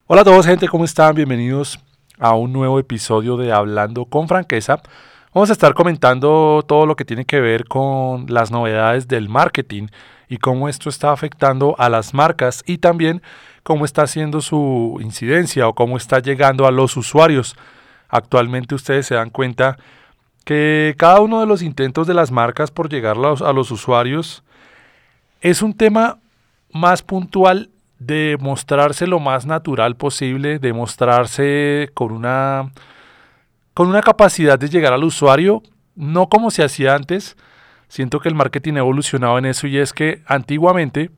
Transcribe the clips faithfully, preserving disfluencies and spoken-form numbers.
Hola a todos, gente, ¿cómo están? Bienvenidos a un nuevo episodio de Hablando con Franqueza. Vamos a estar comentando todo lo que tiene que ver con las novedades del marketing y cómo esto está afectando a las marcas y también cómo está haciendo su incidencia o cómo está llegando a los usuarios. Actualmente ustedes se dan cuenta que cada uno de los intentos de las marcas por llegar a los, a los usuarios es un tema más puntual de mostrarse lo más natural posible, de mostrarse con una, con una capacidad de llegar al usuario, no como se hacía antes. Siento que el marketing ha evolucionado en eso y es que antiguamente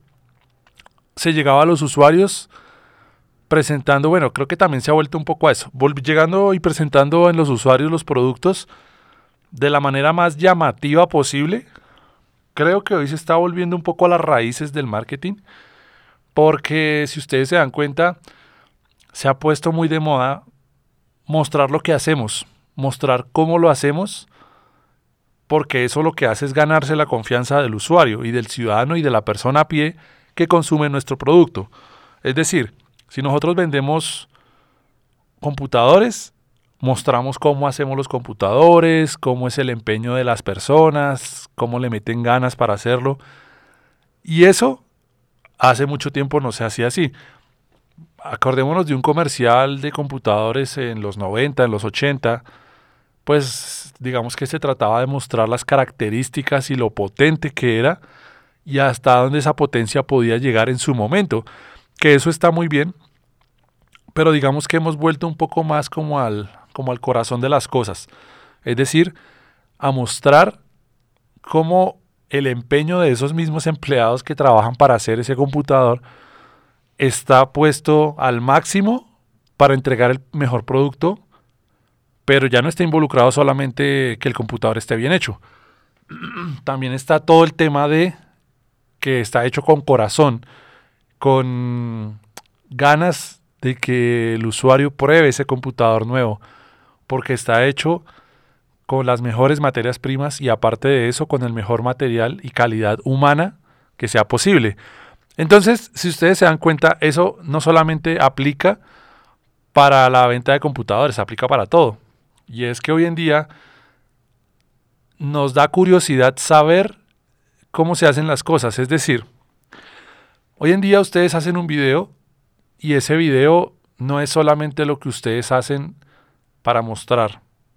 se llegaba a los usuarios presentando, bueno, creo que también se ha vuelto un poco a eso, llegando y presentando en los usuarios los productos de la manera más llamativa posible. Creo que hoy se está volviendo un poco a las raíces del marketing, porque si ustedes se dan cuenta, se ha puesto muy de moda mostrar lo que hacemos, mostrar cómo lo hacemos, porque eso lo que hace es ganarse la confianza del usuario y del ciudadano y de la persona a pie que consume nuestro producto. Es decir, si nosotros vendemos computadores, mostramos cómo hacemos los computadores, cómo es el empeño de las personas, cómo le meten ganas para hacerlo. Y eso hace mucho tiempo no se hacía así. Acordémonos de un comercial de computadores en los noventa, en los ochenta, pues digamos que se trataba de mostrar las características y lo potente que era y hasta dónde esa potencia podía llegar en su momento. Que eso está muy bien, pero digamos que hemos vuelto un poco más como al, como al corazón de las cosas. Es decir, a mostrar cómo el empeño de esos mismos empleados que trabajan para hacer ese computador está puesto al máximo para entregar el mejor producto, pero ya no está involucrado solamente que el computador esté bien hecho. También está todo el tema de que está hecho con corazón, con ganas de que el usuario pruebe ese computador nuevo, porque está hecho con las mejores materias primas y aparte de eso con el mejor material y calidad humana que sea posible. Entonces, si ustedes se dan cuenta, eso no solamente aplica para la venta de computadores, aplica para todo. Y es que hoy en día nos da curiosidad saber cómo se hacen las cosas. Es decir, hoy en día ustedes hacen un video y ese video no es solamente lo que ustedes hacen para mostrar.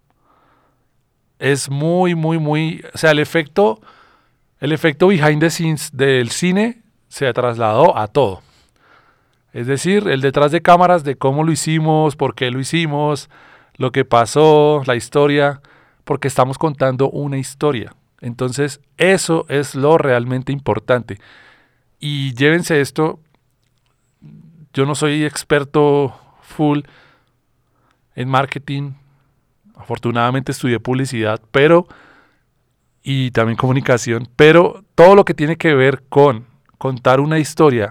Es muy, muy, muy... O sea, el efecto, el efecto behind the scenes del cine se trasladó a todo. Es decir, el detrás de cámaras de cómo lo hicimos, por qué lo hicimos, lo que pasó, la historia, porque estamos contando una historia. Entonces, eso es lo realmente importante. Y llévense esto, yo no soy experto full en marketing, afortunadamente estudié publicidad, pero y también comunicación, pero todo lo que tiene que ver con contar una historia,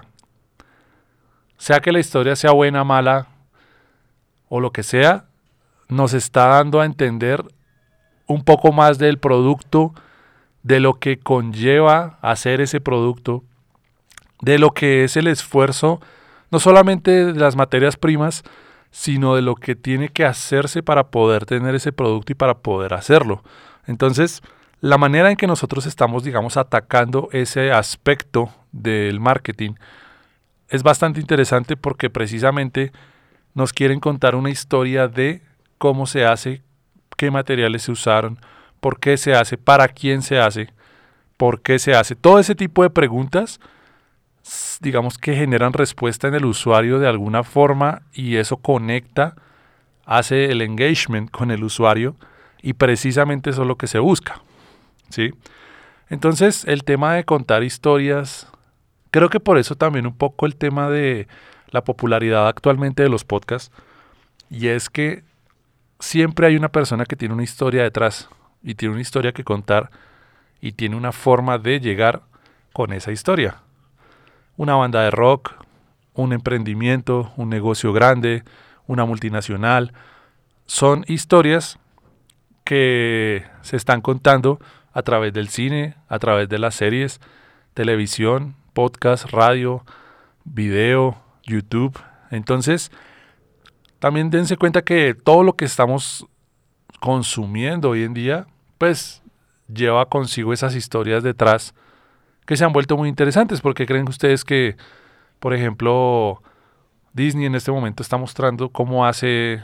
sea que la historia sea buena, mala o lo que sea, nos está dando a entender un poco más del producto, de lo que conlleva hacer ese producto, de lo que es el esfuerzo, no solamente de las materias primas, sino de lo que tiene que hacerse para poder tener ese producto y para poder hacerlo. Entonces, la manera en que nosotros estamos, digamos, atacando ese aspecto del marketing es bastante interesante porque precisamente nos quieren contar una historia de cómo se hace, qué materiales se usaron, por qué se hace, para quién se hace, por qué se hace. Todo ese tipo de preguntas, digamos que generan respuesta en el usuario de alguna forma y eso conecta, hace el engagement con el usuario y precisamente eso es lo que se busca, ¿sí? Entonces, el tema de contar historias, creo que por eso también un poco el tema de la popularidad actualmente de los podcasts, y es que siempre hay una persona que tiene una historia detrás y tiene una historia que contar y tiene una forma de llegar con esa historia. Una banda de rock, un emprendimiento, un negocio grande, una multinacional, son historias que se están contando a través del cine, a través de las series, televisión, podcast, radio, video, YouTube. Entonces, también dense cuenta que todo lo que estamos consumiendo hoy en día, pues lleva consigo esas historias detrás que se han vuelto muy interesantes. Porque creen ustedes que, por ejemplo, Disney en este momento está mostrando cómo hace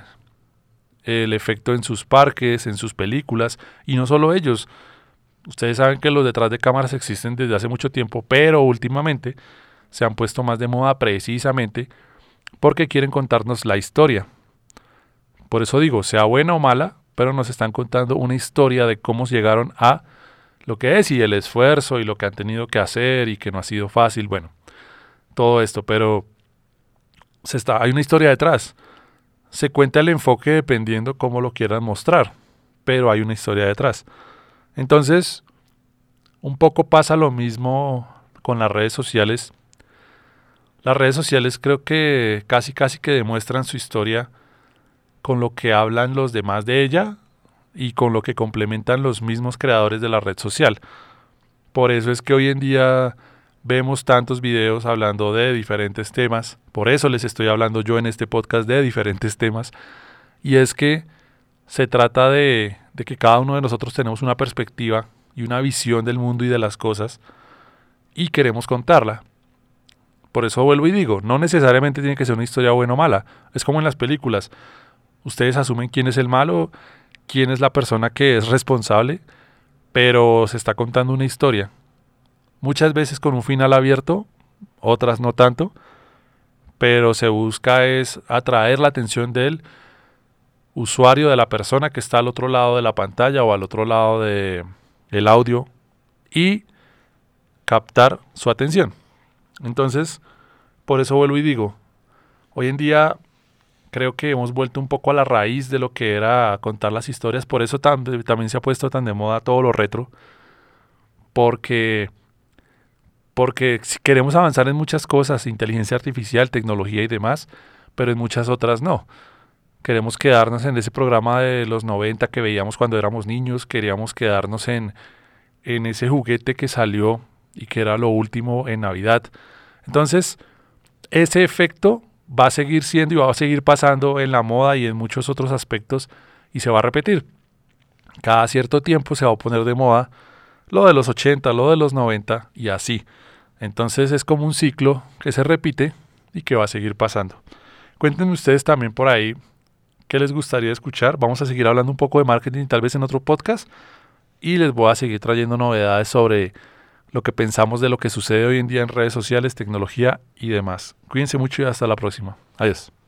el efecto en sus parques, en sus películas, y no solo ellos. Ustedes saben que los detrás de cámaras existen desde hace mucho tiempo, pero últimamente se han puesto más de moda precisamente porque quieren contarnos la historia. Por eso digo, sea buena o mala, pero nos están contando una historia de cómo llegaron a lo que es y el esfuerzo y lo que han tenido que hacer y que no ha sido fácil, bueno, todo esto, pero se está, hay una historia detrás. Se cuenta el enfoque dependiendo cómo lo quieran mostrar, pero hay una historia detrás. Entonces, un poco pasa lo mismo con las redes sociales. Las redes sociales creo que casi casi que demuestran su historia con lo que hablan los demás de ella y con lo que complementan los mismos creadores de la red social. Por eso es que hoy en día vemos tantos videos hablando de diferentes temas. Por eso les estoy hablando yo en este podcast de diferentes temas. Y es que se trata de, de que cada uno de nosotros tenemos una perspectiva y una visión del mundo y de las cosas y queremos contarla. Por eso vuelvo y digo, no necesariamente tiene que ser una historia buena o mala. Es como en las películas. Ustedes asumen quién es el malo, quién es la persona que es responsable, pero se está contando una historia. Muchas veces con un final abierto, otras no tanto, pero se busca es atraer la atención del usuario, de la persona que está al otro lado de la pantalla o al otro lado de el audio y captar su atención. Entonces, por eso vuelvo y digo, hoy en día creo que hemos vuelto un poco a la raíz de lo que era contar las historias, por eso tam- también se ha puesto tan de moda todo lo retro, porque porque si queremos avanzar en muchas cosas, inteligencia artificial, tecnología y demás, pero en muchas otras no. Queremos quedarnos en ese programa de los noventa que veíamos cuando éramos niños, queríamos quedarnos en, en ese juguete que salió y que era lo último en Navidad. Entonces, ese efecto va a seguir siendo y va a seguir pasando en la moda y en muchos otros aspectos y se va a repetir. Cada cierto tiempo se va a poner de moda lo de los ochenta, lo de los noventa y así. Entonces es como un ciclo que se repite y que va a seguir pasando. Cuéntenme ustedes también por ahí qué les gustaría escuchar. Vamos a seguir hablando un poco de marketing tal vez en otro podcast y les voy a seguir trayendo novedades sobre lo que pensamos de lo que sucede hoy en día en redes sociales, tecnología y demás. Cuídense mucho y hasta la próxima. Adiós.